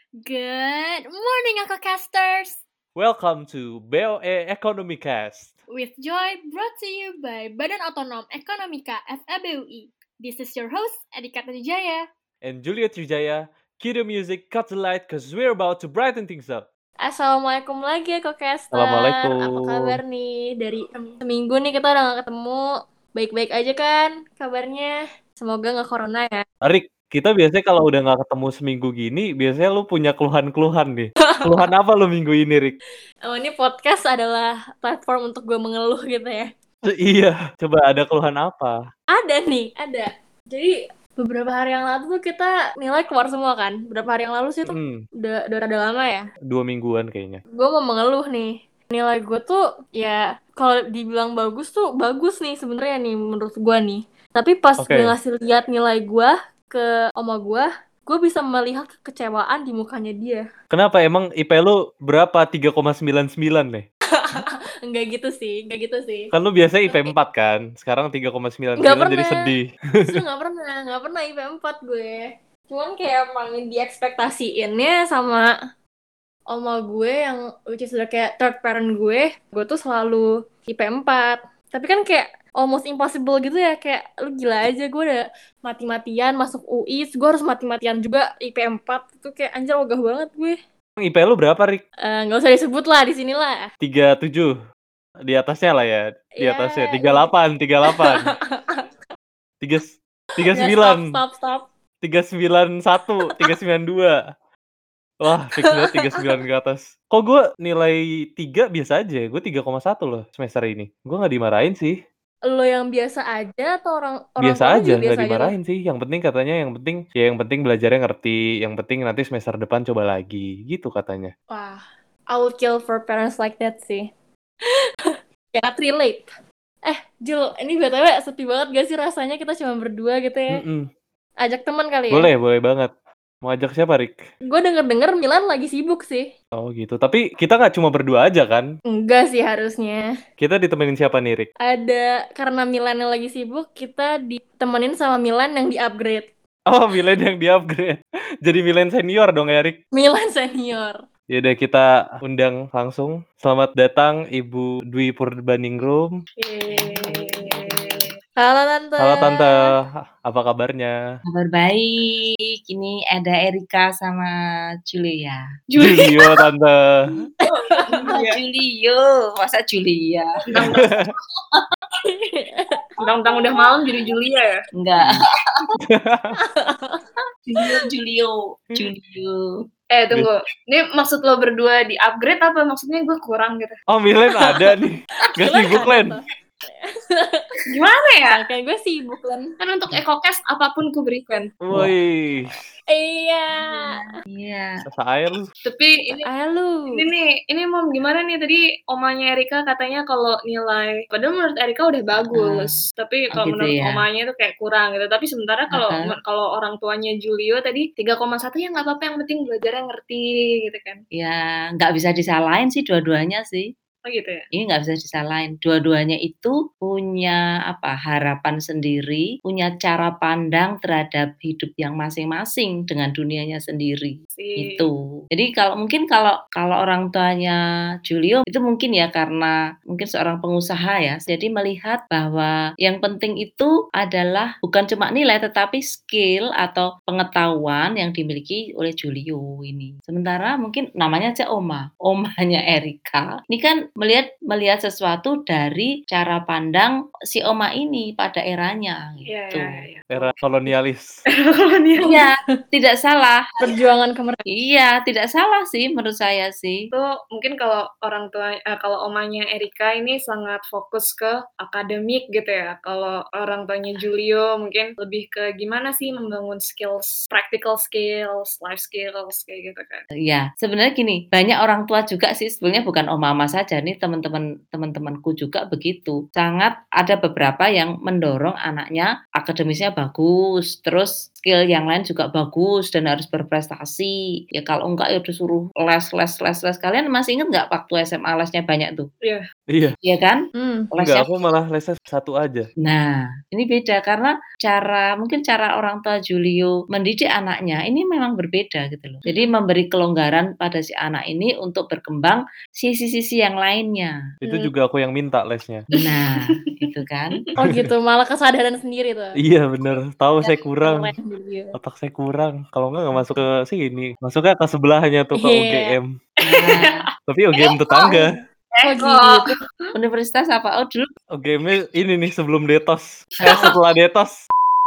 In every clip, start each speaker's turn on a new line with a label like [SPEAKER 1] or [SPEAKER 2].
[SPEAKER 1] Good morning, Uncle Casters!
[SPEAKER 2] Welcome to BOE Economy Cast.
[SPEAKER 1] With joy brought to you by Badan Otonom Ekonomika FEBUI. This is your host, Adhika Trijaya.
[SPEAKER 2] And Julia Trijaya, cue the music, cut the light, cause we're about to brighten things up.
[SPEAKER 1] Assalamualaikum lagi, Uncle Caster.
[SPEAKER 2] Assalamualaikum.
[SPEAKER 1] Apa kabar nih? Dari seminggu nih kita udah gak ketemu. Baik-baik aja kan kabarnya? Semoga gak corona ya.
[SPEAKER 2] Rick, kita biasanya kalau udah gak ketemu seminggu gini, biasanya lu punya keluhan-keluhan nih. Keluhan apa lu minggu ini, Rick?
[SPEAKER 1] Oh, ini podcast adalah platform untuk gue mengeluh gitu ya.
[SPEAKER 2] Iya, coba ada keluhan apa?
[SPEAKER 1] Ada. Jadi beberapa hari yang lalu tuh kita nilai keluar semua kan. Beberapa hari yang lalu sih tuh udah rada lama ya.
[SPEAKER 2] 2 mingguan kayaknya.
[SPEAKER 1] Gue mau mengeluh nih. Nilai gue tuh ya kalau dibilang bagus tuh bagus nih sebenarnya nih menurut gue nih. Tapi pas gue ngasih lihat nilai gue ke oma gue bisa melihat kekecewaan di mukanya dia.
[SPEAKER 2] Kenapa? Emang IP lu berapa? 3,99 nih?
[SPEAKER 1] Enggak gitu sih.
[SPEAKER 2] Kan lu biasanya IP 4 kan? Sekarang 3,99 jadi sedih.
[SPEAKER 1] Justru gak pernah IP 4 gue. Cuman kayak emang diekspektasiinnya sama oma gue yang which is udah kayak third parent gue tuh selalu IP 4. Tapi kan kayak almost impossible gitu ya, kayak lu gila aja, gue udah mati-matian masuk UI, gue harus mati-matian juga IP 4. Itu kayak anjir ogah banget gue.
[SPEAKER 2] IP lu berapa, Rick?
[SPEAKER 1] Gak usah disebut lah di sini lah.
[SPEAKER 2] 37. Di atasnya lah ya. Di atasnya 38. 39.
[SPEAKER 1] Stop.
[SPEAKER 2] 391, 392. Wah, fix banget 39 ke atas. Kok gue nilai 3 biasa aja? Gue 3,1 loh semester ini. Gue gak dimarahin sih.
[SPEAKER 1] Lo yang biasa aja atau orang
[SPEAKER 2] biasa aja,
[SPEAKER 1] juga
[SPEAKER 2] gak dimarahin sih. Yang penting katanya, yang penting belajarnya ngerti. Yang penting nanti semester depan coba lagi. Gitu katanya.
[SPEAKER 1] Wah, I would kill for parents like that sih. Can't relate. Jul, ini BTW sepi banget gak sih rasanya kita cuma berdua gitu ya? Ajak teman kali ya?
[SPEAKER 2] Boleh banget. Mau ajak siapa, Rick?
[SPEAKER 1] Gue denger Milan lagi sibuk sih.
[SPEAKER 2] Oh gitu, tapi kita gak cuma berdua aja kan?
[SPEAKER 1] Enggak sih harusnya.
[SPEAKER 2] Kita ditemenin siapa nih, Rick?
[SPEAKER 1] Ada, karena Milan yang lagi sibuk, kita ditemenin sama Milan yang di-upgrade.
[SPEAKER 2] Oh, Milan yang di-upgrade. Jadi Milan senior dong ya, Rick?
[SPEAKER 1] Milan senior.
[SPEAKER 2] Yaudah kita undang langsung. Selamat datang Ibu Dwi Purbaningrum.
[SPEAKER 1] Halo Tante.
[SPEAKER 2] Halo Tante, apa kabarnya?
[SPEAKER 3] Kabar baik. Ini ada Erika sama Julia.
[SPEAKER 2] Julio Tante.
[SPEAKER 3] Julio, masa Julia?
[SPEAKER 1] Undang-undang udah malam jadi Julia ya?
[SPEAKER 3] Enggak. Julio.
[SPEAKER 1] Tunggu. Ini maksud lo berdua di upgrade apa maksudnya gue kurang gitu?
[SPEAKER 2] Oh, Milan ada nih. Gak sibuk, Len?
[SPEAKER 1] Gimana ya? Kayak gue sibuk, Len. Kan untuk EcoCast apapun ku berikan.
[SPEAKER 2] Woi.
[SPEAKER 3] Iya.
[SPEAKER 2] Saya lu.
[SPEAKER 1] Tapi ini mau gimana nih, tadi omanya Erika katanya kalau nilai, padahal menurut Erika udah bagus, tapi kalau
[SPEAKER 3] gitu
[SPEAKER 1] menurut
[SPEAKER 3] ya.
[SPEAKER 1] omanya itu kayak kurang gitu. Tapi sementara kalau orang tuanya Julio tadi 3,1 ya nggak apa-apa, yang penting belajarnya ngerti gitu kan.
[SPEAKER 3] Ya, nggak bisa disalahin sih dua-duanya sih.
[SPEAKER 1] Oh gitu ya?
[SPEAKER 3] Ini nggak bisa disalahin. Dua-duanya itu punya harapan sendiri, punya cara pandang terhadap hidup yang masing-masing dengan dunianya sendiri. Itu. Jadi kalau orang tuanya Julio itu mungkin ya karena mungkin seorang pengusaha ya. Jadi melihat bahwa yang penting itu adalah bukan cuma nilai tetapi skill atau pengetahuan yang dimiliki oleh Julio ini. Sementara mungkin namanya aja omanya Erika. Ini kan melihat sesuatu dari cara pandang si oma ini pada eranya gitu.
[SPEAKER 1] Iya.
[SPEAKER 2] Era kolonialis.
[SPEAKER 3] Iya, tidak salah.
[SPEAKER 1] Perjuangan kemerdekaan.
[SPEAKER 3] Iya, tidak salah sih menurut saya sih.
[SPEAKER 1] Itu mungkin kalau kalau omanya Erika ini sangat fokus ke akademik gitu ya. Kalau orang tuanya Julio mungkin lebih ke gimana sih membangun skills, practical skills, life skills kayak gitu kan.
[SPEAKER 3] Iya, sebenarnya gini, banyak orang tua juga sih sebenarnya bukan oma saja dari teman-temanku juga begitu. Sangat ada beberapa yang mendorong anaknya akademisnya bagus, terus skill yang lain juga bagus dan harus berprestasi. Ya kalau enggak ya disuruh les. Kalian masih ingat nggak waktu SMA lesnya banyak tuh?
[SPEAKER 1] Iya.
[SPEAKER 2] Iya.
[SPEAKER 3] Iya kan?
[SPEAKER 2] Enggak,
[SPEAKER 3] Lesnya
[SPEAKER 2] aku malah lesnya 1 aja.
[SPEAKER 3] Nah, ini beda karena mungkin cara orang tua Julio mendidik anaknya ini memang berbeda gitu loh. Jadi memberi kelonggaran pada si anak ini untuk berkembang sisi-sisi yang lainnya.
[SPEAKER 2] Itu juga aku yang minta lesnya.
[SPEAKER 3] Nah, gitu kan.
[SPEAKER 1] Oh gitu, malah kesadaran sendiri tuh.
[SPEAKER 2] Iya bener, tahu saya kurang,
[SPEAKER 1] Keren dia.
[SPEAKER 2] otak saya kurang. Kalau enggak masuk ke sini, masuknya ke sebelahnya tuh, ke
[SPEAKER 1] Iya.
[SPEAKER 2] UGM.
[SPEAKER 3] Nah,
[SPEAKER 2] Tapi UGM tetangga.
[SPEAKER 1] Oh gitu.
[SPEAKER 3] universitas apa? Oh dulu.
[SPEAKER 2] UGM-nya ini nih sebelum DETOS. Setelah DETOS.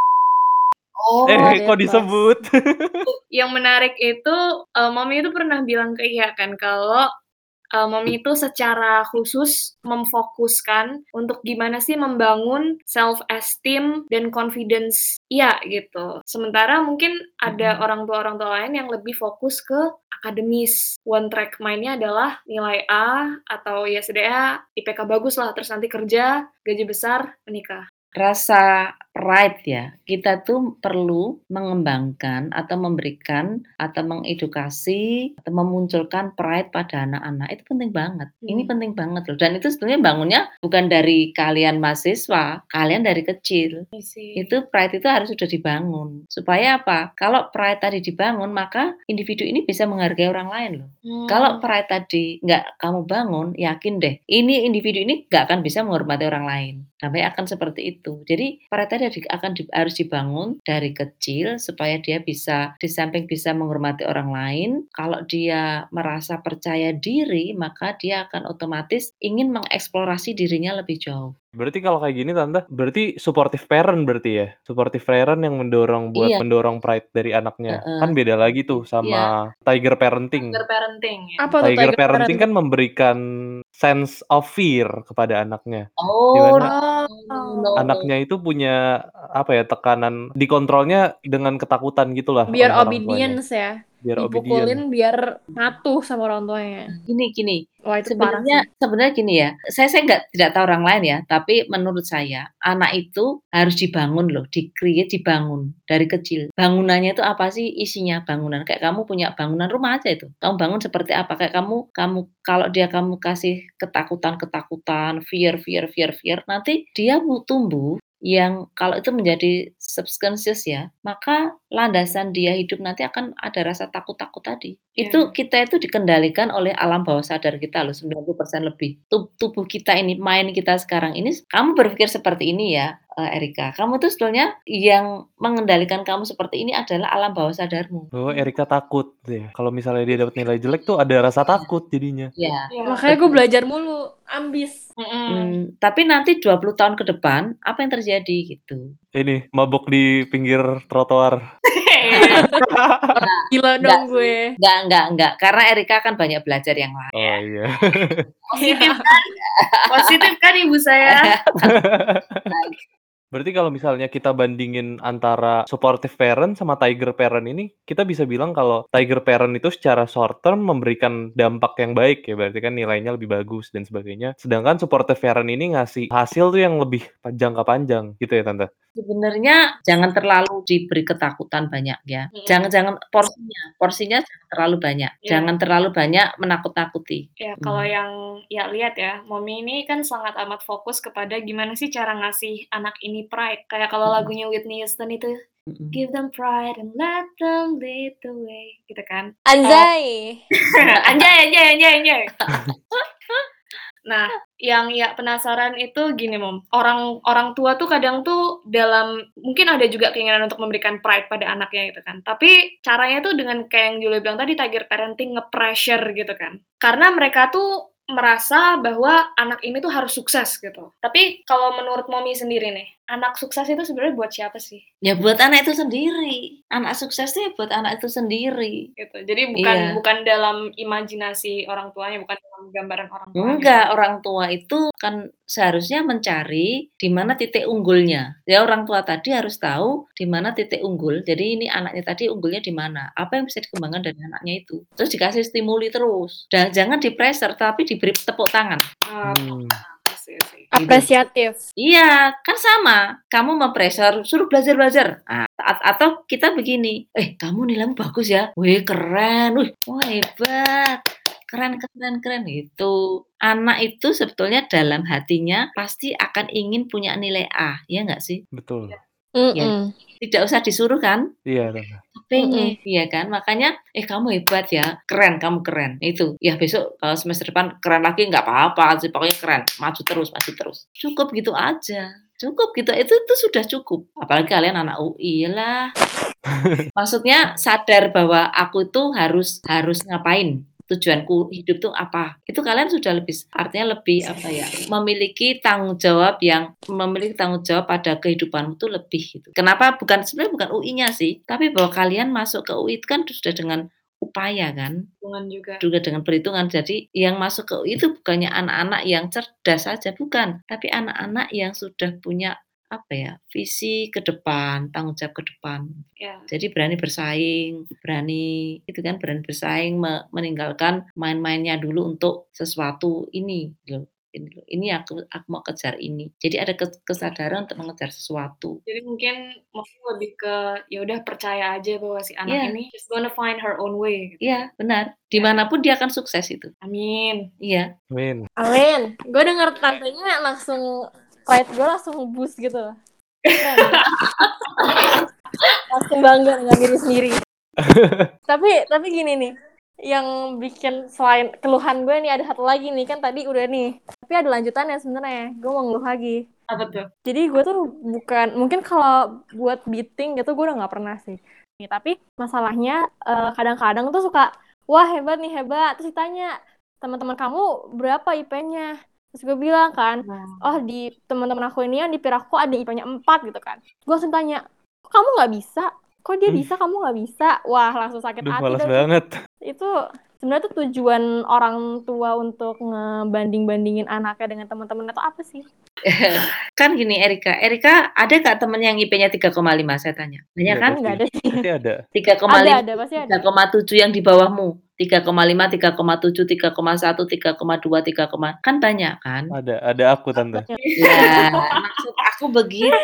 [SPEAKER 3] Oh,
[SPEAKER 2] Kok
[SPEAKER 1] DETOS.
[SPEAKER 2] disebut?
[SPEAKER 4] Yang menarik itu, Mami itu pernah bilang ke Iya kan kalau Mami itu secara khusus memfokuskan untuk gimana sih membangun self-esteem dan confidence Iya gitu. Sementara mungkin ada orang tua lain yang lebih fokus ke akademis. One track mind-nya adalah nilai A atau ya setidaknya IPK bagus lah, terus nanti kerja, gaji besar, menikah.
[SPEAKER 3] rasa pride ya, kita tuh perlu mengembangkan atau memberikan atau mengedukasi atau memunculkan pride pada anak-anak. Itu penting banget. Ini penting banget loh. Dan itu sebenarnya bangunnya bukan dari kalian mahasiswa, kalian dari kecil. Itu pride itu harus sudah dibangun. Supaya apa? Kalau pride tadi dibangun, maka individu ini bisa menghargai orang lain loh. Kalau pride tadi nggak kamu bangun, yakin deh, ini individu ini nggak akan bisa menghormati orang lain. Sampai akan seperti itu. Jadi pride tadi harus dibangun dari kecil supaya dia bisa di samping bisa menghormati orang lain, kalau dia merasa percaya diri, maka dia akan otomatis ingin mengeksplorasi dirinya lebih jauh.
[SPEAKER 2] Berarti kalau kayak gini Tante, berarti supportive parent berarti ya? Supportive parent yang mendorong buat
[SPEAKER 3] Iya.
[SPEAKER 2] mendorong pride dari anaknya. Kan beda lagi tuh sama tiger parenting.
[SPEAKER 4] Tiger parenting ya.
[SPEAKER 1] Apa tuh
[SPEAKER 2] Tiger parenting kan memberikan sense of fear kepada anaknya.
[SPEAKER 3] Oh,
[SPEAKER 2] Dimana
[SPEAKER 3] no.
[SPEAKER 2] anaknya itu punya apa ya, tekanan dikontrolnya dengan ketakutan gitulah
[SPEAKER 1] biar
[SPEAKER 2] oleh orang tuanya.
[SPEAKER 1] obedience ya.
[SPEAKER 2] Biar
[SPEAKER 1] Dipukulin
[SPEAKER 2] obedient.
[SPEAKER 1] biar patuh sama orang tuanya.
[SPEAKER 3] Gini.
[SPEAKER 1] Wah itu parah sih.
[SPEAKER 3] Sebenarnya gini ya, saya tidak tahu orang lain ya, tapi menurut saya anak itu harus dibangun loh, dibangun dari kecil. Bangunannya itu apa sih isinya bangunan? Kayak kamu punya bangunan rumah aja itu. Kamu bangun seperti apa? Kayak kamu kalau kamu kasih ketakutan, fear, nanti dia mau tumbuh yang kalau itu menjadi subconscious ya, maka landasan dia hidup nanti akan ada rasa takut-takut tadi. Itu kita itu dikendalikan oleh alam bawah sadar kita loh, 90% lebih. Tubuh kita ini, mind kita sekarang ini, kamu berpikir seperti ini ya, Erika. Kamu tuh sebetulnya yang mengendalikan kamu seperti ini adalah alam bawah sadarmu.
[SPEAKER 2] Bahwa Erika takut ya. Kalau misalnya dia dapat nilai jelek tuh ada rasa takut jadinya.
[SPEAKER 3] Ya.
[SPEAKER 1] Makanya gue belajar mulu, ambis.
[SPEAKER 3] Tapi nanti 20 tahun ke depan, apa yang terjadi gitu?
[SPEAKER 2] Ini mabok di pinggir trotoar.
[SPEAKER 1] Gila dong gue.
[SPEAKER 3] Enggak. Karena Erika kan banyak belajar yang lain.
[SPEAKER 2] Oh iya.
[SPEAKER 4] Positif kan? Positif kan ibu saya?
[SPEAKER 2] Berarti kalau misalnya kita bandingin antara supportive parent sama tiger parent ini, kita bisa bilang kalau tiger parent itu secara short term memberikan dampak yang baik ya, berarti kan nilainya lebih bagus dan sebagainya. Sedangkan supportive parent ini ngasih hasil tuh yang lebih jangka panjang gitu ya Tante?
[SPEAKER 3] Sebenarnya jangan terlalu diberi ketakutan banyak ya. Jangan porsinya jangan terlalu banyak. Jangan terlalu banyak menakut-nakuti.
[SPEAKER 4] Ya, kalau yang lihat ya, Mommy ini kan sangat amat fokus kepada gimana sih cara ngasih anak ini pride. Kayak kalau lagunya Whitney Houston itu, give them pride and let them lead the way, gitu kan.
[SPEAKER 1] Anjay.
[SPEAKER 4] Anjay. Nah, yang penasaran itu gini Mom, orang tua tuh kadang tuh mungkin ada juga keinginan untuk memberikan pride pada anaknya gitu kan. Tapi caranya tuh dengan kayak yang Julia bilang tadi, tiger parenting, nge-pressure gitu kan. Karena mereka tuh merasa bahwa anak ini tuh harus sukses gitu. Tapi kalau menurut Mommy sendiri nih, anak sukses itu sebenarnya buat siapa sih?
[SPEAKER 3] Ya buat anak itu sendiri. Anak sukses tuh ya buat anak itu sendiri.
[SPEAKER 4] Gitu. Jadi
[SPEAKER 3] Iya.
[SPEAKER 4] bukan dalam imajinasi orang tuanya, bukan dalam gambaran orang tuanya.
[SPEAKER 3] Enggak, orang tua itu kan seharusnya mencari di mana titik unggulnya. Ya orang tua tadi harus tahu di mana titik unggul. Jadi ini anaknya tadi unggulnya di mana? Apa yang bisa dikembangkan dari anaknya itu? Terus dikasih stimuli terus. Dan jangan di pressure tapi diberi tepuk tangan.
[SPEAKER 2] Hmm.
[SPEAKER 4] Sih.
[SPEAKER 1] Apresiatif.
[SPEAKER 3] Iya, kan sama. Kamu mempressure, suruh belajar. Nah, atau kita begini, kamu nilaimu bagus ya, wih keren, wih, wah hebat, keren gitu. Anak itu sebetulnya dalam hatinya pasti akan ingin punya nilai A, ya nggak sih?
[SPEAKER 2] Betul.
[SPEAKER 3] Ya, tidak usah disuruh kan?
[SPEAKER 2] Iya, Tante.
[SPEAKER 3] Pengen, iya kan? Makanya, kamu hebat ya, kamu keren. Itu, ya besok semester depan keren lagi nggak apa-apa, sih pokoknya keren, maju terus. Cukup gitu aja. Cukup gitu, itu sudah cukup. Apalagi kalian anak UI lah. Maksudnya sadar bahwa aku tuh harus ngapain. Tujuanku hidup tuh apa? Itu kalian sudah artinya lebih apa ya? Memiliki tanggung jawab pada kehidupanmu tuh lebih gitu. Kenapa? Sebenarnya bukan UI-nya sih, tapi bahwa kalian masuk ke UI itu kan sudah dengan upaya kan, juga dengan perhitungan. Jadi yang masuk ke UI itu bukannya anak-anak yang cerdas saja, bukan, tapi anak-anak yang sudah punya apa ya, visi ke depan, tanggung jawab ke depan.
[SPEAKER 4] Ya.
[SPEAKER 3] Jadi berani bersaing, berani meninggalkan main-mainnya dulu untuk sesuatu ini loh. Ini aku mau kejar ini. Jadi ada kesadaran untuk mengejar sesuatu.
[SPEAKER 4] Jadi mungkin lebih ke ya udah percaya aja bahwa si anak ini is gonna find her own way.
[SPEAKER 3] Iya, benar. Dimanapun dia akan sukses itu.
[SPEAKER 4] Amin.
[SPEAKER 3] Iya.
[SPEAKER 1] Amin. Gue denger tantenya langsung pride gue langsung boost gitu. Langsung bangga dengan diri sendiri. tapi gini nih, yang bikin selain keluhan gue nih ada satu lagi nih, kan tadi udah nih, tapi ada lanjutannya sebenarnya. Gue mau ngeluh lagi.
[SPEAKER 4] Apa tuh?
[SPEAKER 1] Jadi gue tuh bukan, mungkin kalau buat beating gitu gue udah nggak pernah sih. Tapi masalahnya kadang-kadang tuh suka, wah hebat, terus ditanya teman-teman kamu berapa IP-nya? Terus gue bilang kan, oh di teman-teman aku ini yang di peer aku ada IP-nya 4 gitu kan. Gue langsung tanya, kok kamu nggak bisa? Kok dia bisa, kamu nggak bisa? Wah, langsung sakit hati.
[SPEAKER 2] Malas banget.
[SPEAKER 1] Itu sebenarnya tuh tujuan orang tua untuk ngebanding-bandingin anaknya dengan teman-teman itu apa sih?
[SPEAKER 3] Kan gini Erika, ada gak temen yang IP-nya 3,5 saya tanya? Banyak kan?
[SPEAKER 1] Nggak ada sih.
[SPEAKER 2] Pasti ada.
[SPEAKER 3] 3,5,
[SPEAKER 1] ada, pasti ada.
[SPEAKER 3] 3,7 yang di bawahmu. 3,5, 3,7, 3,1, 3,2, 3, kan banyak kan?
[SPEAKER 2] Ada aku Tante.
[SPEAKER 3] Ya, maksud aku begitu.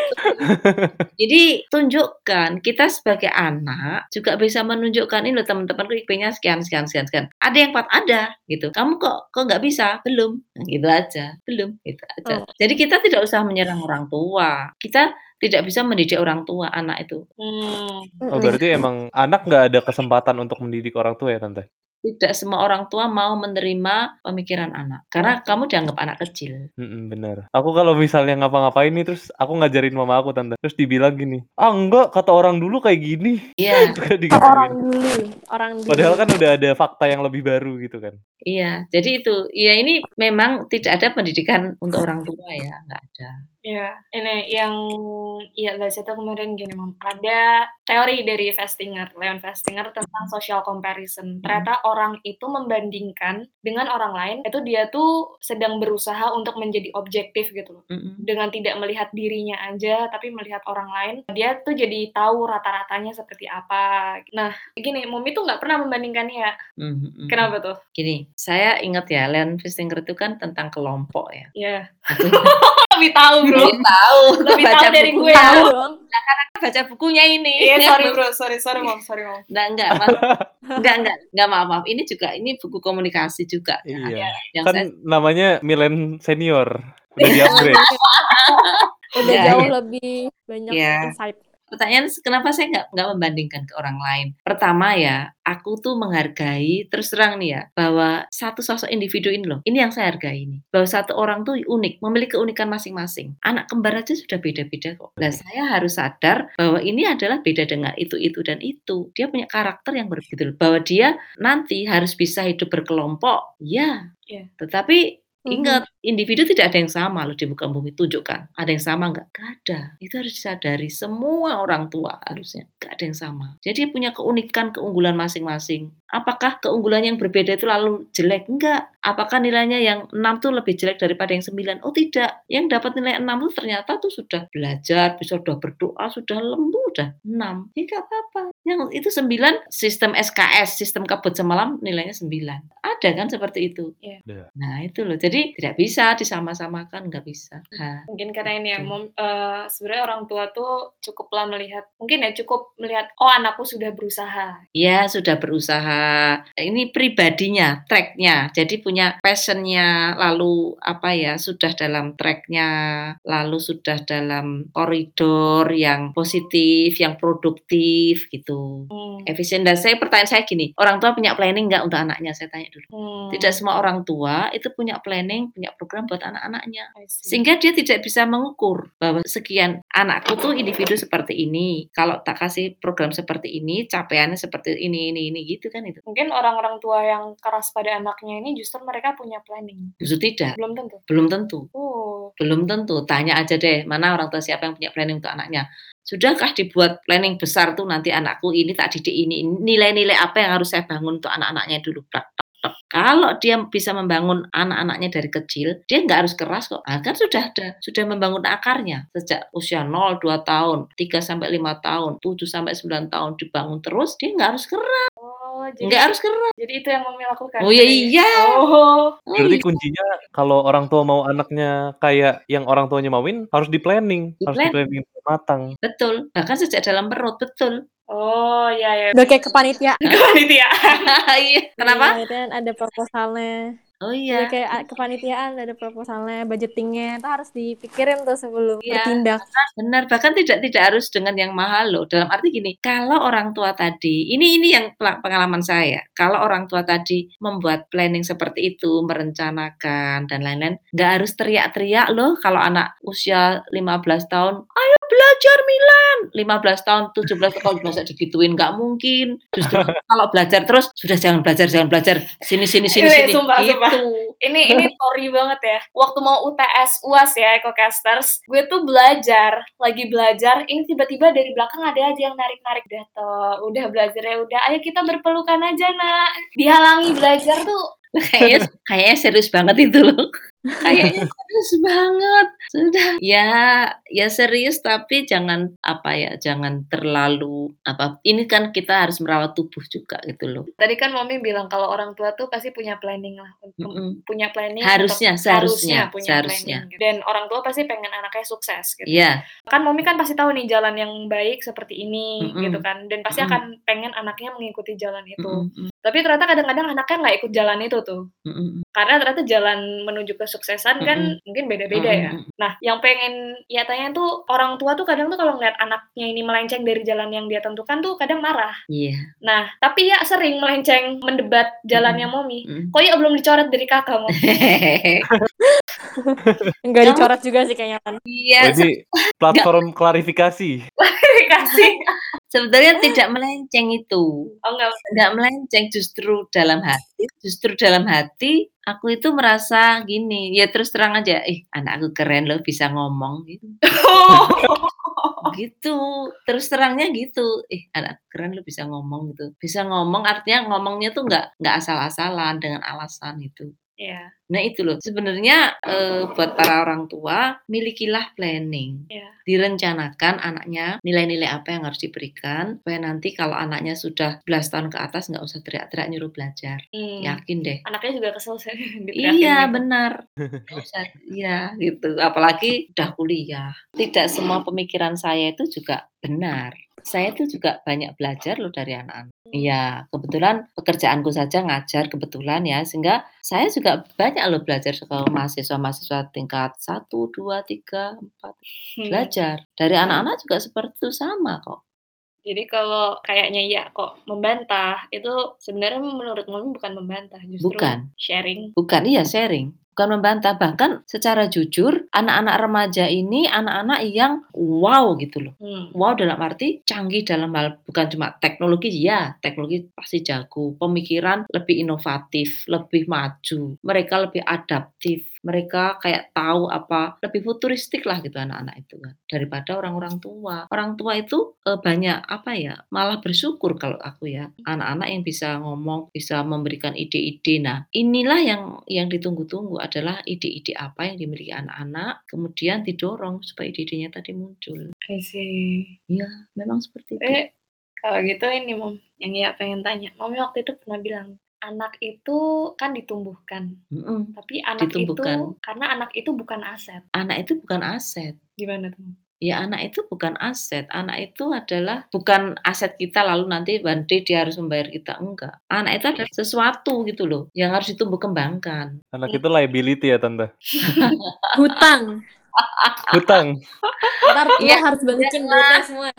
[SPEAKER 3] Jadi tunjukkan kita sebagai anak juga bisa menunjukkan ini loh teman-temanku IP-nya sekian. Ada yang 4 ada gitu. Kamu kok nggak bisa? Belum. Nah, gitu aja. Belum gitu aja. Jadi kita tidak usah menyerang orang tua. Kita tidak bisa mendidik orang tua anak itu.
[SPEAKER 2] Oh berarti emang anak nggak ada kesempatan untuk mendidik orang tua ya Tante?
[SPEAKER 3] Tidak semua orang tua mau menerima pemikiran anak. Karena kamu dianggap anak kecil.
[SPEAKER 2] Bener. Aku kalau misalnya ngapa-ngapain nih terus aku ngajarin mama aku Tante. Terus dibilang gini, enggak, kata orang dulu kayak gini.
[SPEAKER 3] Iya.
[SPEAKER 1] Orang dulu.
[SPEAKER 2] Padahal kan udah ada fakta yang lebih baru gitu kan.
[SPEAKER 3] Iya, jadi itu. Ya ini memang tidak ada pendidikan untuk orang tua ya, nggak ada.
[SPEAKER 4] Ya, ini yang Lazeta kemarin gini, Mam. Ada teori dari Leon Festinger tentang social comparison. Ternyata orang itu membandingkan dengan orang lain, itu dia tuh sedang berusaha untuk menjadi objektif gitu loh. Dengan tidak melihat dirinya aja, tapi melihat orang lain, dia tuh jadi tahu rata-ratanya seperti apa. Nah, gini, Mumi tuh nggak pernah membandingkannya ya. Kenapa tuh?
[SPEAKER 3] Gini, saya ingat ya, Leon Festinger itu kan tentang kelompok ya.
[SPEAKER 4] Iya. Lebih tahu bro. Lebih tahu dari gue ya.
[SPEAKER 3] Nah, karena baca bukunya ini.
[SPEAKER 4] Iya, sorry bro, sorry mom.
[SPEAKER 3] Enggak, maaf. Ini buku komunikasi juga.
[SPEAKER 2] Iya. Kan namanya Milen Senior. Udah di-upgrade.
[SPEAKER 1] Udah jauh lebih banyak insight.
[SPEAKER 3] Pertanyaan kenapa saya nggak membandingkan ke orang lain? Pertama ya, aku tuh menghargai, terus terang nih ya, bahwa satu sosok individu ini loh, ini yang saya hargai ini. Bahwa satu orang tuh unik, memiliki keunikan masing-masing. Anak kembar aja sudah beda-beda kok. Nah, saya harus sadar bahwa ini adalah beda dengan itu, dan itu. Dia punya karakter yang berbeda. Bahwa dia nanti harus bisa hidup berkelompok, ya. Tetapi Ingat, individu tidak ada yang sama loh di muka bumi, tunjukkan. Ada yang sama nggak? Nggak ada. Itu harus disadari. Semua orang tua harusnya. Nggak ada yang sama. Jadi punya keunikan, keunggulan masing-masing. Apakah keunggulan yang berbeda itu lalu jelek? Enggak. Apakah nilainya yang 6 tuh lebih jelek daripada yang 9? Oh tidak. Yang dapat nilai 6 tuh ternyata tuh sudah belajar, bisa sudah berdoa, sudah lembut, udah 6. Ya nggak apa-apa. Yang itu 9, sistem SKS, sistem kabut semalam nilainya 9. Ada kan seperti itu?
[SPEAKER 2] Ada.
[SPEAKER 3] Nah itu loh, jadi tidak bisa disama-samakan, nggak bisa.
[SPEAKER 4] Mungkin karena ini ya,
[SPEAKER 3] Gitu.
[SPEAKER 4] sebenarnya orang tua tuh cukuplah melihat, mungkin ya cukup melihat, oh anakku sudah berusaha.
[SPEAKER 3] Ya sudah berusaha, ini pribadinya, track-nya, jadi punya passion-nya, lalu apa ya, sudah dalam track-nya, lalu sudah dalam koridor yang positif, yang produktif gitu. Efisien. Dan pertanyaan saya gini, orang tua punya planning nggak untuk anaknya? Saya tanya dulu. Tidak semua orang tua itu punya planning, punya program buat anak-anaknya. Sehingga dia tidak bisa mengukur bahwa sekian anakku tuh individu seperti ini. Kalau tak kasih program seperti ini, capaiannya seperti ini gitu kan itu.
[SPEAKER 4] Mungkin orang-orang tua yang keras pada anaknya ini justru mereka punya planning.
[SPEAKER 3] Justru tidak.
[SPEAKER 4] Belum tentu.
[SPEAKER 3] Belum tentu.
[SPEAKER 4] Oh.
[SPEAKER 3] Belum tentu. Tanya aja deh, mana orang tua siapa yang punya planning untuk anaknya. Sudahkah dibuat planning besar tuh nanti anakku ini tak didik ini, nilai-nilai apa yang harus saya bangun untuk anak-anaknya dulu. Kalau dia bisa membangun anak-anaknya dari kecil, dia nggak harus keras kok. Nah, kan sudah membangun akarnya sejak usia 0, 2 tahun, 3 sampai 5 tahun, 7 sampai 9 tahun dibangun terus, dia nggak harus keras.
[SPEAKER 4] Oh,
[SPEAKER 3] Nggak harus keras.
[SPEAKER 4] jadi itu yang Mami lakukan.
[SPEAKER 3] Oh iya.
[SPEAKER 4] Oh.
[SPEAKER 2] Berarti kuncinya kalau orang tua mau anaknya kayak yang orang tuanya mauin, harus di-planning. Harus di-planning matang.
[SPEAKER 3] Betul. Bahkan sejak dalam perut, betul.
[SPEAKER 4] Oh iya.
[SPEAKER 1] Udah kayak kepanitiaan.
[SPEAKER 4] Kepanitiaan.
[SPEAKER 3] Iya. Kenapa?
[SPEAKER 1] Kepanitiaan ada proposalnya.
[SPEAKER 3] Oh
[SPEAKER 1] Udah
[SPEAKER 3] iya.
[SPEAKER 1] kayak kepanitiaan ada proposalnya, budgetingnya itu harus dipikirin tuh sebelum
[SPEAKER 3] Iya.
[SPEAKER 1] bertindak.
[SPEAKER 3] Benar, bahkan tidak harus dengan yang mahal loh. Dalam arti gini, kalau orang tua tadi, ini yang pengalaman saya. Kalau orang tua tadi membuat planning seperti itu, merencanakan dan lain-lain, nggak harus teriak-teriak loh kalau anak usia 15 tahun, ayo belajar Milan. 15 tahun, 17 tahun masa digituin, nggak mungkin. Justru kalau belajar terus, sudah jangan belajar. Sini.
[SPEAKER 4] Sumpah.
[SPEAKER 3] Gitu.
[SPEAKER 4] Ini story banget ya. Waktu mau UTS UAS ya, Ecocasters, gue tuh lagi belajar, ini tiba-tiba dari belakang ada aja yang narik-narik. Udah belajarnya udah, ayo kita berpelukan aja nak. Dihalangi belajar tuh.
[SPEAKER 3] Kayaknya serius banget itu loh. Kayaknya serius banget. Sudah ya serius, tapi jangan jangan terlalu ini kan kita harus merawat tubuh juga gitu loh.
[SPEAKER 4] Tadi kan Mami bilang kalau orang tua tuh pasti punya planning lah, punya planning,
[SPEAKER 3] seharusnya
[SPEAKER 4] punya planning. Gitu. Dan orang tua pasti pengen anaknya sukses gitu.
[SPEAKER 3] Iya.
[SPEAKER 4] Kan Mami kan pasti tahu nih jalan yang baik seperti ini gitu kan, dan pasti akan pengen anaknya mengikuti jalan itu. Tapi ternyata kadang-kadang anaknya nggak ikut jalan itu tuh. Karena ternyata jalan menuju kesuksesan kan mungkin beda-beda ya. Nah, yang pengen tanya tuh orang tua tuh kadang tuh kalau ngeliat anaknya ini melenceng dari jalan yang dia tentukan tuh kadang marah.
[SPEAKER 3] Iya.
[SPEAKER 4] Nah, tapi ya sering melenceng mendebat jalannya Momi. Kok ya belum dicoret dari kakak Momi?
[SPEAKER 1] Enggak dicoret juga sih kayaknya kan.
[SPEAKER 3] Iya.
[SPEAKER 2] Jadi platform klarifikasi.
[SPEAKER 4] Kasih.
[SPEAKER 3] Sebetulnya tidak melenceng itu.
[SPEAKER 4] Oh
[SPEAKER 3] enggak melenceng, justru dalam hati aku itu merasa gini, ya terus terang aja, anakku keren loh bisa ngomong gitu. Gitu, terus terangnya gitu, anak keren loh bisa ngomong gitu. Bisa ngomong artinya ngomongnya tuh enggak asal-asalan dengan alasan itu.
[SPEAKER 4] Iya.
[SPEAKER 3] Nah itu loh, sebenarnya buat para orang tua, milikilah planning. Direncanakan anaknya nilai-nilai apa yang harus diberikan, supaya nanti kalau anaknya sudah 11 tahun ke atas nggak usah teriak-teriak nyuruh belajar. Yakin deh.
[SPEAKER 4] Anaknya juga kesel sih.
[SPEAKER 3] Iya benar. Iya gitu, apalagi udah kuliah. Tidak semua pemikiran saya itu juga benar. Saya tuh juga banyak belajar loh dari anak-anak. Iya, kebetulan pekerjaanku saja ngajar kebetulan ya, sehingga saya juga banyak loh belajar ke mahasiswa-mahasiswa tingkat 1, 2, 3, 4. Belajar. Dari anak-anak juga seperti itu sama kok.
[SPEAKER 4] Jadi kalau kayaknya kok membantah, itu sebenarnya menurut Mami bukan membantah, justru sharing.
[SPEAKER 3] Bukan, iya sharing. bukan membantah, bahkan secara jujur anak-anak remaja ini anak-anak yang wow gitu loh. Wow dalam arti canggih dalam hal bukan cuma teknologi, ya teknologi pasti jago, pemikiran lebih inovatif, lebih maju, mereka lebih adaptif, mereka kayak tahu apa, lebih futuristik lah gitu anak-anak itu kan daripada orang-orang tua. Orang tua itu banyak apa ya, malah bersyukur kalau aku ya, anak-anak yang bisa ngomong, bisa memberikan ide-ide. Nah, inilah yang ditunggu-tunggu adalah ide-ide apa yang dimiliki anak-anak, kemudian didorong supaya ide-idenya tadi muncul.
[SPEAKER 4] I see.
[SPEAKER 3] Iya, memang seperti itu.
[SPEAKER 4] Kalau gitu ini Mom, yang ya pengen tanya. Mami waktu itu pernah bilang, anak itu kan ditumbuhkan.
[SPEAKER 3] Mm-mm,
[SPEAKER 4] Tapi anak
[SPEAKER 3] ditumbuhkan.
[SPEAKER 4] itu, karena anak itu bukan aset.
[SPEAKER 3] Anak itu bukan aset.
[SPEAKER 4] Gimana tuh?
[SPEAKER 3] Ya anak itu bukan aset, anak itu adalah bukan aset kita lalu nanti one day dia harus membayar kita, enggak. Anak itu adalah sesuatu gitu loh, yang harus ditumbuh kembangkan.
[SPEAKER 2] Anak itu liability ya Tante?
[SPEAKER 1] Hutang.
[SPEAKER 2] Hutang.
[SPEAKER 1] Ntar lo
[SPEAKER 3] Iya,
[SPEAKER 1] harus balikin duitnya semua.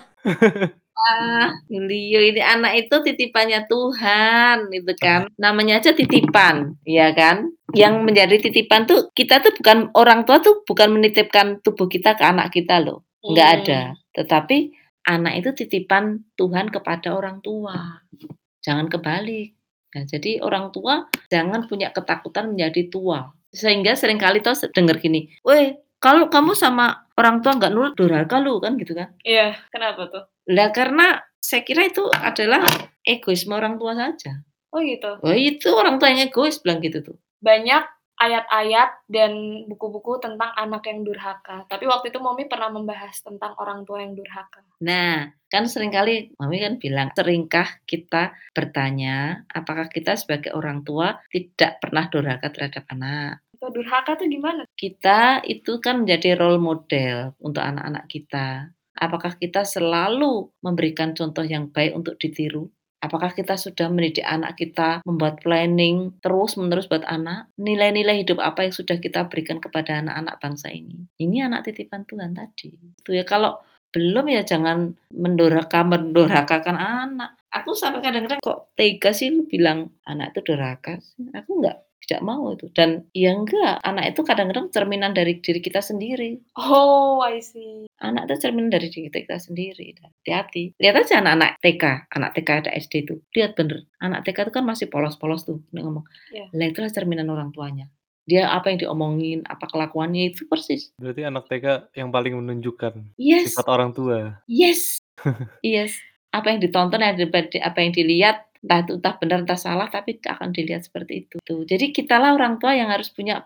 [SPEAKER 3] Julio ini anak itu titipannya Tuhan, itu kan. Namanya aja titipan, ya kan? Yang menjadi titipan tuh kita tuh bukan orang tua tuh bukan menitipkan tubuh kita ke anak kita loh, nggak ada. Tetapi anak itu titipan Tuhan kepada orang tua, jangan kebalik. Nah, jadi orang tua jangan punya ketakutan menjadi tua. Sehingga seringkali tuh dengar gini, "Weh, kalau kamu sama orang tua nggak nurut, durhaka lu," kan gitu kan.
[SPEAKER 4] Iya, kenapa tuh?
[SPEAKER 3] Lah karena saya kira itu adalah egoisme orang tua saja.
[SPEAKER 4] Oh gitu.
[SPEAKER 3] Oh itu orang tua yang egois bilang gitu tuh.
[SPEAKER 4] Banyak ayat-ayat dan buku-buku tentang anak yang durhaka. Tapi waktu itu Mami pernah membahas tentang orang tua yang durhaka.
[SPEAKER 3] Nah, kan seringkali Mami kan bilang, seringkah kita bertanya apakah kita sebagai orang tua tidak pernah durhaka terhadap anak?
[SPEAKER 4] Itu durhaka tuh gimana?
[SPEAKER 3] Kita itu kan menjadi role model untuk anak-anak kita. Apakah kita selalu memberikan contoh yang baik untuk ditiru? Apakah kita sudah mendidik anak kita, membuat planning terus-menerus buat anak? Nilai-nilai hidup apa yang sudah kita berikan kepada anak-anak bangsa ini? Ini anak titipan Tuhan tadi. Itu ya, kalau belum ya jangan mendorakakan anak. Aku sampai kadang-kadang kok tega sih lu bilang anak itu doraka. Aku tidak mau itu. Dan ya enggak, anak itu kadang-kadang cerminan dari diri kita sendiri.
[SPEAKER 4] Oh, I see.
[SPEAKER 3] Anak itu cerminan dari diri kita sendiri. Hati-hati. Lihat aja anak-anak TK, anak TK ada SD itu. Lihat bener, anak TK itu kan masih polos-polos tuh ngomong.
[SPEAKER 4] Iya.
[SPEAKER 3] Lah itulah cerminan orang tuanya. Dia apa yang diomongin, apa kelakuannya itu persis.
[SPEAKER 2] Berarti anak TK yang paling menunjukkan
[SPEAKER 3] Yes,
[SPEAKER 2] sifat orang tua.
[SPEAKER 3] yes, yes. Apa yang ditonton, apa yang dilihat, entah benar entah salah, tapi akan dilihat seperti itu. Tuh. Jadi kitalah orang tua yang harus punya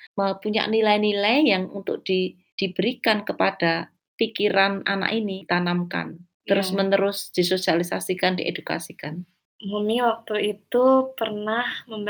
[SPEAKER 3] nilai-nilai yang untuk diberikan kepada pikiran anak ini, tanamkan. Terus-menerus disosialisasikan, diedukasikan.
[SPEAKER 4] Mami waktu itu pernah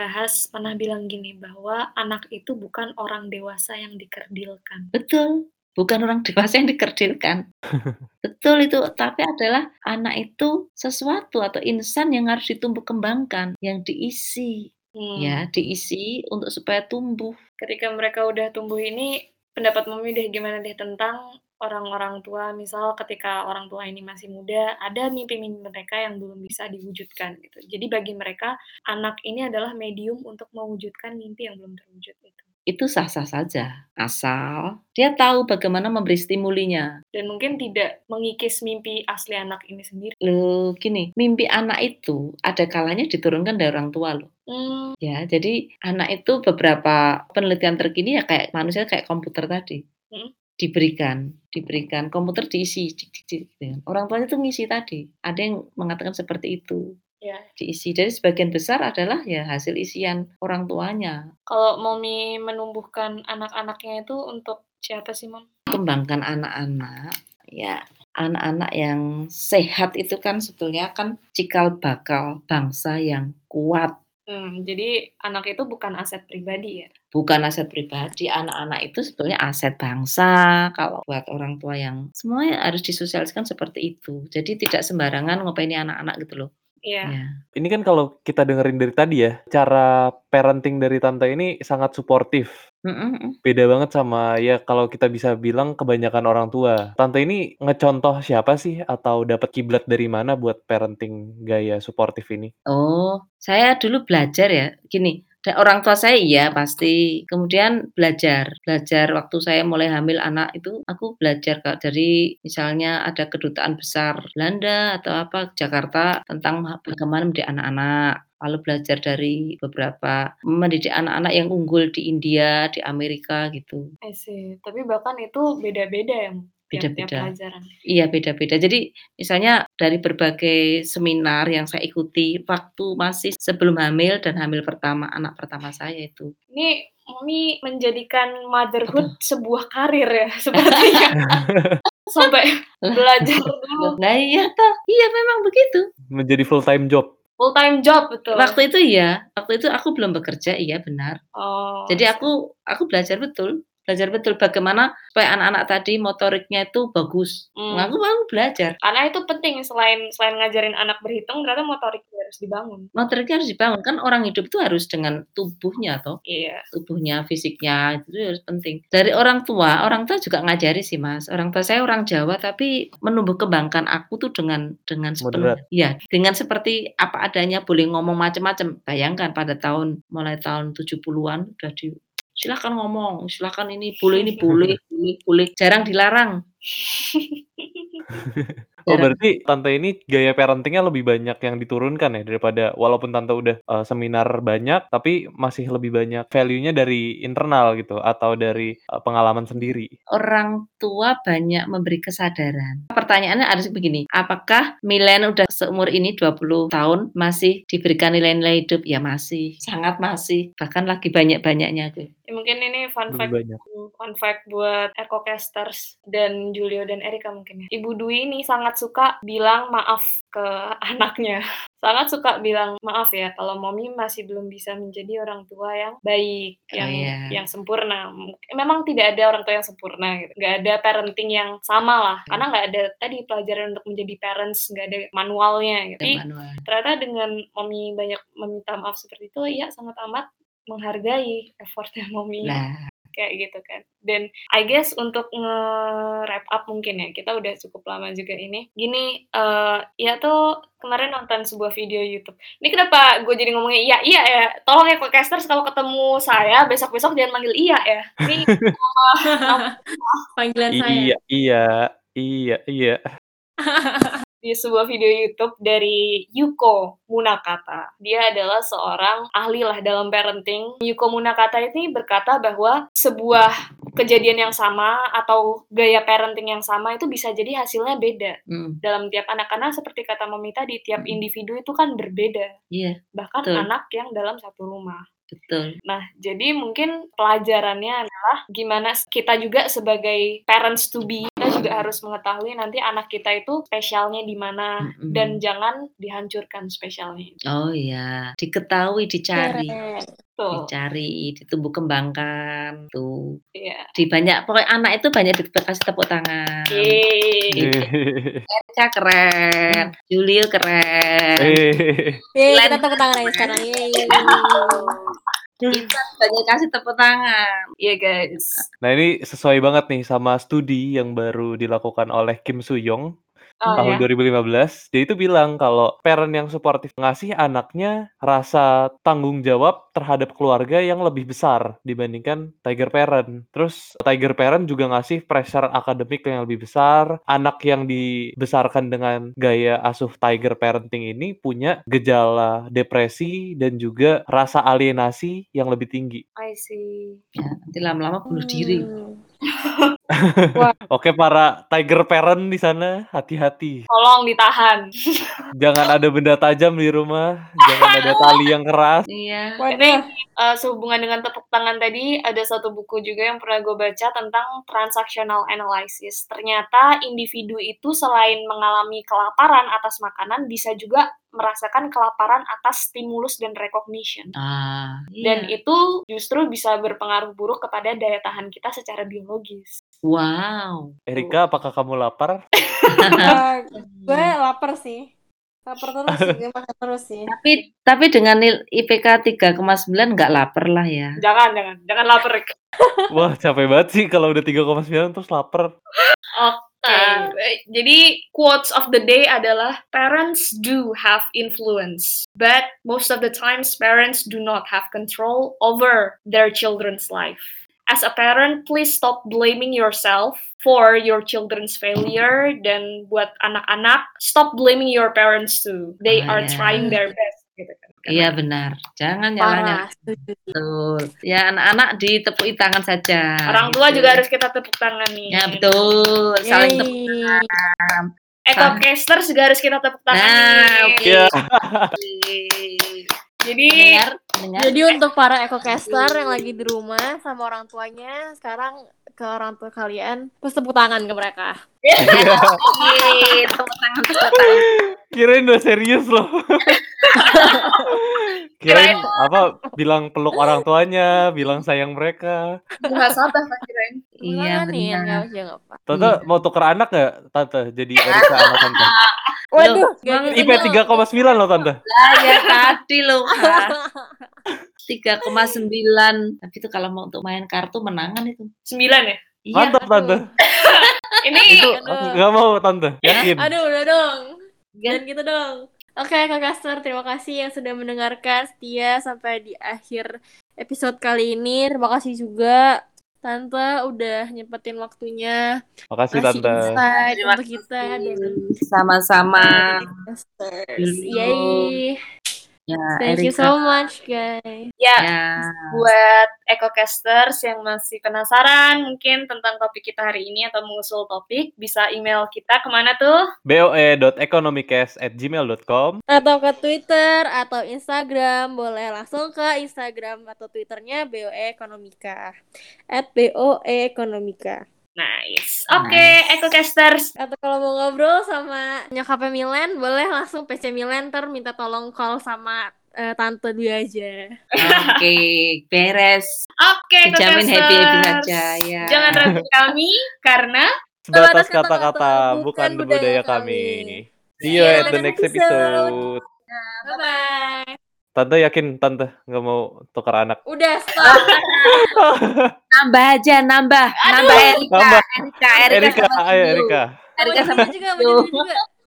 [SPEAKER 4] bilang gini, bahwa anak itu bukan orang dewasa yang dikerdilkan.
[SPEAKER 3] Betul, bukan orang dewasa yang dikerdilkan. Betul itu, tapi adalah anak itu sesuatu atau insan yang harus ditumbuh kembangkan, yang diisi. Ya, diisi untuk supaya tumbuh.
[SPEAKER 4] Ketika mereka udah tumbuh ini, pendapat Mami udah gimana deh tentang orang-orang tua, misal ketika orang tua ini masih muda, ada mimpi-mimpi mereka yang belum bisa diwujudkan gitu. Jadi bagi mereka, anak ini adalah medium untuk mewujudkan mimpi yang belum terwujud itu.
[SPEAKER 3] Itu sah-sah saja, asal dia tahu bagaimana memberi stimulinya.
[SPEAKER 4] Dan mungkin tidak mengikis mimpi asli anak ini sendiri.
[SPEAKER 3] Loh, gini, mimpi anak itu ada kalanya diturunkan dari orang tua loh. Ya, jadi anak itu beberapa penelitian terkini ya kayak manusia kayak komputer tadi. Diberikan komputer diisi, orang tuanya tuh ngisi tadi. Ada yang mengatakan seperti itu.
[SPEAKER 4] Ya.
[SPEAKER 3] Diisi. Jadi sebagian besar adalah ya hasil isian orang tuanya.
[SPEAKER 4] Kalau Mami menumbuhkan anak-anaknya itu untuk siapa sih, Mom?
[SPEAKER 3] Kembangkan anak-anak, ya anak-anak yang sehat itu kan sebetulnya kan cikal bakal bangsa yang kuat.
[SPEAKER 4] Jadi anak itu bukan aset pribadi ya?
[SPEAKER 3] Bukan aset pribadi, anak-anak itu sebetulnya aset bangsa. Kalau buat orang tua yang semuanya harus disosialisasikan seperti itu. Jadi tidak sembarangan ngopeni anak-anak gitu loh.
[SPEAKER 4] Iya.
[SPEAKER 3] Ya.
[SPEAKER 2] Ini kan kalau kita dengerin dari tadi ya, cara parenting dari Tante ini sangat suportif. Beda banget sama ya kalau kita bisa bilang kebanyakan orang tua. Tante ini ngecontoh siapa sih atau dapat kiblat dari mana buat parenting gaya suportif ini?
[SPEAKER 3] Oh, saya dulu belajar ya, gini, Orang tua saya iya pasti. Kemudian belajar waktu saya mulai hamil anak itu aku belajar Kak, dari misalnya ada kedutaan besar Belanda atau apa Jakarta tentang bagaimana mendidik anak-anak. Lalu belajar dari beberapa mendidik anak-anak yang unggul di India, di Amerika gitu.
[SPEAKER 4] I see. Tapi bahkan itu beda-beda ya tiap-tiap
[SPEAKER 3] Beda-beda.
[SPEAKER 4] pelajaran.
[SPEAKER 3] Iya beda-beda. Jadi misalnya dari berbagai seminar yang saya ikuti waktu masih sebelum hamil dan hamil pertama anak pertama saya itu.
[SPEAKER 4] Ini Mami menjadikan motherhood sebuah karir ya sepertinya. Sampai belajar dulu.
[SPEAKER 3] Nah iya toh, iya memang begitu.
[SPEAKER 2] Menjadi full time job.
[SPEAKER 4] Full time job betul.
[SPEAKER 3] Waktu itu aku belum bekerja, iya benar.
[SPEAKER 4] Oh,
[SPEAKER 3] Jadi aku belajar betul bagaimana supaya anak-anak tadi motoriknya itu bagus. Aku belajar.
[SPEAKER 4] Karena itu penting selain ngajarin anak berhitung, ternyata motoriknya harus dibangun.
[SPEAKER 3] Motoriknya harus dibangun kan orang hidup itu harus dengan tubuhnya toh.
[SPEAKER 4] Iya.
[SPEAKER 3] Tubuhnya, fisiknya itu harus penting. Dari orang tua juga ngajari sih Mas. Orang tua saya orang Jawa tapi menumbuh kembangkan aku tuh dengan sepenuh, ya dengan seperti apa adanya, boleh ngomong macam-macam. Bayangkan pada mulai tahun 70-an udah silakan ngomong, silakan ini boleh, jarang dilarang.
[SPEAKER 2] Oh berarti Tante ini gaya parenting-nya lebih banyak yang diturunkan ya daripada walaupun Tante udah seminar banyak tapi masih lebih banyak value-nya dari internal gitu atau dari pengalaman sendiri.
[SPEAKER 3] Orang tua banyak memberi kesadaran. Pertanyaannya harus begini, apakah milenial udah seumur ini 20 tahun masih diberikan nilai-nilai hidup? Ya masih, sangat masih, bahkan lagi banyak-banyaknya tuh.
[SPEAKER 4] Ya, mungkin ini fun fact buat Ecocasters dan Julio dan Erika mungkin ya. Ibu Dwi ini sangat suka bilang maaf ke anaknya. Sangat suka bilang maaf ya kalau Mommy masih belum bisa menjadi orang tua yang baik, yang sempurna. Memang tidak ada orang tua yang sempurna gitu. Nggak ada parenting yang sama lah. Karena nggak ada tadi pelajaran untuk menjadi parents, nggak ada manualnya gitu. Tapi ternyata dengan Mommy banyak meminta maaf seperti itu, ya sangat amat menghargai effortnya Mommy. Kayak gitu kan. Dan I guess untuk nge-wrap up mungkin ya, kita udah cukup lama juga ini. Gini, ya tuh kemarin nonton sebuah video YouTube. Ini kenapa gue jadi ngomongnya iya ya? Tolong ya Ecocasters kalau ketemu saya besok-besok jangan manggil iya ya. Ini
[SPEAKER 1] panggilan saya.
[SPEAKER 2] Iya.
[SPEAKER 4] Di sebuah video YouTube dari Yuko Munakata. Dia adalah seorang ahli lah dalam parenting. Yuko Munakata ini berkata bahwa sebuah kejadian yang sama atau gaya parenting yang sama itu bisa jadi hasilnya beda dalam tiap anak. Karena seperti kata Mami tadi, tiap individu itu kan berbeda.
[SPEAKER 3] Iya.
[SPEAKER 4] Bahkan anak yang dalam satu rumah.
[SPEAKER 3] Betul.
[SPEAKER 4] Nah, jadi mungkin pelajarannya adalah gimana kita juga sebagai parents to be, kita juga harus mengetahui nanti anak kita itu spesialnya di mana dan jangan dihancurkan spesialnya.
[SPEAKER 3] Oh iya, diketahui, dicari.
[SPEAKER 4] Tuh.
[SPEAKER 3] Dicari, ditumbuh kembangkan tuh.
[SPEAKER 4] Iya.
[SPEAKER 3] Pokoknya anak itu banyak dikasih tepuk tangan. Erika keren, Julio keren.
[SPEAKER 1] Kita tepuk tangan aja sekarang.
[SPEAKER 3] Kita banyak kasih tepuk tangan.
[SPEAKER 4] Iya guys.
[SPEAKER 2] Nah ini sesuai banget nih sama studi yang baru dilakukan oleh Kim Soo-young tahun 2015. Dia itu bilang kalau parent yang suportif ngasih anaknya rasa tanggung jawab terhadap keluarga yang lebih besar dibandingkan tiger parent. Terus tiger parent juga ngasih pressure akademik yang lebih besar. Anak yang dibesarkan dengan gaya asuh tiger parenting ini punya gejala depresi dan juga rasa alienasi yang lebih tinggi.
[SPEAKER 4] I see.
[SPEAKER 3] Ya, nanti lama-lama bunuh diri.
[SPEAKER 2] Oke para tiger parent di sana, hati-hati.
[SPEAKER 4] Tolong ditahan.
[SPEAKER 2] Jangan ada benda tajam di rumah, jangan ada tali yang keras.
[SPEAKER 3] Iya.
[SPEAKER 4] Ini sehubungan dengan tepuk tangan tadi, ada satu buku juga yang pernah gue baca tentang transactional analysis. Ternyata individu itu selain mengalami kelaparan atas makanan, bisa juga merasakan kelaparan atas stimulus dan recognition.
[SPEAKER 3] Iya.
[SPEAKER 4] Dan itu justru bisa berpengaruh buruk kepada daya tahan kita secara biologis.
[SPEAKER 3] Wow.
[SPEAKER 2] Erika, apakah kamu lapar?
[SPEAKER 1] Gue lapar sih. Lapar terus sih, gue makan terus sih.
[SPEAKER 3] Tapi dengan IPK 3,9 nggak lapar lah ya.
[SPEAKER 4] Jangan lapar.
[SPEAKER 2] Wah, capek banget sih kalau udah 3,9 terus lapar.
[SPEAKER 4] Jadi quotes of the day adalah parents do have influence, but most of the times parents do not have control over their children's life. As a parent, please stop blaming yourself for your children's failure, dan buat anak-anak, stop blaming your parents too. They are trying their best. Gitu kan.
[SPEAKER 3] Iya benar, jangan nyala-nyala. Betul. Ya anak-anak ditepuk tangan saja.
[SPEAKER 4] Orang tua juga harus kita tepuk tangan nih.
[SPEAKER 3] Ya betul, saling tepuk tangan.
[SPEAKER 4] Ecocasters juga harus kita tepuk tangan nih.
[SPEAKER 3] Oke.
[SPEAKER 4] Jadi
[SPEAKER 1] Jadi untuk para ecocaster yang lagi di rumah sama orang tuanya, sekarang ke orang tua kalian, terus tepuk tangan ke mereka.
[SPEAKER 3] tepuk tangan.
[SPEAKER 2] Kirain udah serius loh. Kirain apa bilang peluk orang tuanya, bilang sayang mereka.
[SPEAKER 4] muhasabah kan kirain.
[SPEAKER 3] Iya benar.
[SPEAKER 1] Enggak apa.
[SPEAKER 2] Tante mau tuker anak nggak, Tante? Jadi Erika sama Tante.
[SPEAKER 1] Waduh,
[SPEAKER 2] IP 3,9 loh, Tante.
[SPEAKER 3] Lah ya tadi loh Kak. 3,9. Tapi itu kalau mau untuk main kartu menangan itu.
[SPEAKER 4] 9 ya?
[SPEAKER 3] Iya.
[SPEAKER 2] Mantap, Tante.
[SPEAKER 4] Ini
[SPEAKER 2] Itu nggak mau, Tante. Yakin.
[SPEAKER 1] Aduh, udah dong. Jangan gitu dong. Oke, Ecocaster, terima kasih yang sudah mendengarkan setia sampai di akhir episode kali ini. Terima kasih juga Tante udah nyempetin waktunya.
[SPEAKER 2] Makasih,
[SPEAKER 1] Kasih
[SPEAKER 2] Tante.
[SPEAKER 1] insight
[SPEAKER 3] Terima
[SPEAKER 1] untuk kita dan
[SPEAKER 3] Sama-sama.
[SPEAKER 1] Ecocasters. Yay.
[SPEAKER 3] Ya,
[SPEAKER 1] Thank you
[SPEAKER 3] Erika.
[SPEAKER 1] so much, guys.
[SPEAKER 4] ya
[SPEAKER 3] Ya.
[SPEAKER 4] buat Ecocasters yang masih penasaran mungkin tentang topik kita hari ini atau mengusul topik, bisa email kita kemana tuh?
[SPEAKER 2] boe.economicast@gmail.com.
[SPEAKER 1] Atau ke Twitter atau Instagram, boleh langsung ke Instagram atau Twitternya BOE Ekonomika @BOE Ekonomika.
[SPEAKER 4] Nice. Oke, Ecocasters.
[SPEAKER 1] Atau kalau mau ngobrol sama nyokapnya Milen, boleh langsung PC Milen, ntar minta tolong call sama tante dia aja.
[SPEAKER 3] Oke, beres.
[SPEAKER 4] Oke,
[SPEAKER 3] Dijamin
[SPEAKER 4] Ecocasters.
[SPEAKER 3] happy saja ya.
[SPEAKER 4] Jangan ragu kami karena
[SPEAKER 2] Sebatas kata-kata bukan budaya kami. See you at the next episode.
[SPEAKER 1] Bye-bye.
[SPEAKER 2] Tante yakin, Tante nggak mau tukar anak?
[SPEAKER 1] Udah, stop.
[SPEAKER 3] Nambah aja, nambah Erika.
[SPEAKER 2] Nambah.
[SPEAKER 3] Erika
[SPEAKER 2] Erika,
[SPEAKER 3] sama
[SPEAKER 2] ayo
[SPEAKER 3] Gio.
[SPEAKER 2] Erika.
[SPEAKER 3] Erika
[SPEAKER 1] Sama
[SPEAKER 3] sama
[SPEAKER 1] juga,
[SPEAKER 3] Gio.
[SPEAKER 1] juga.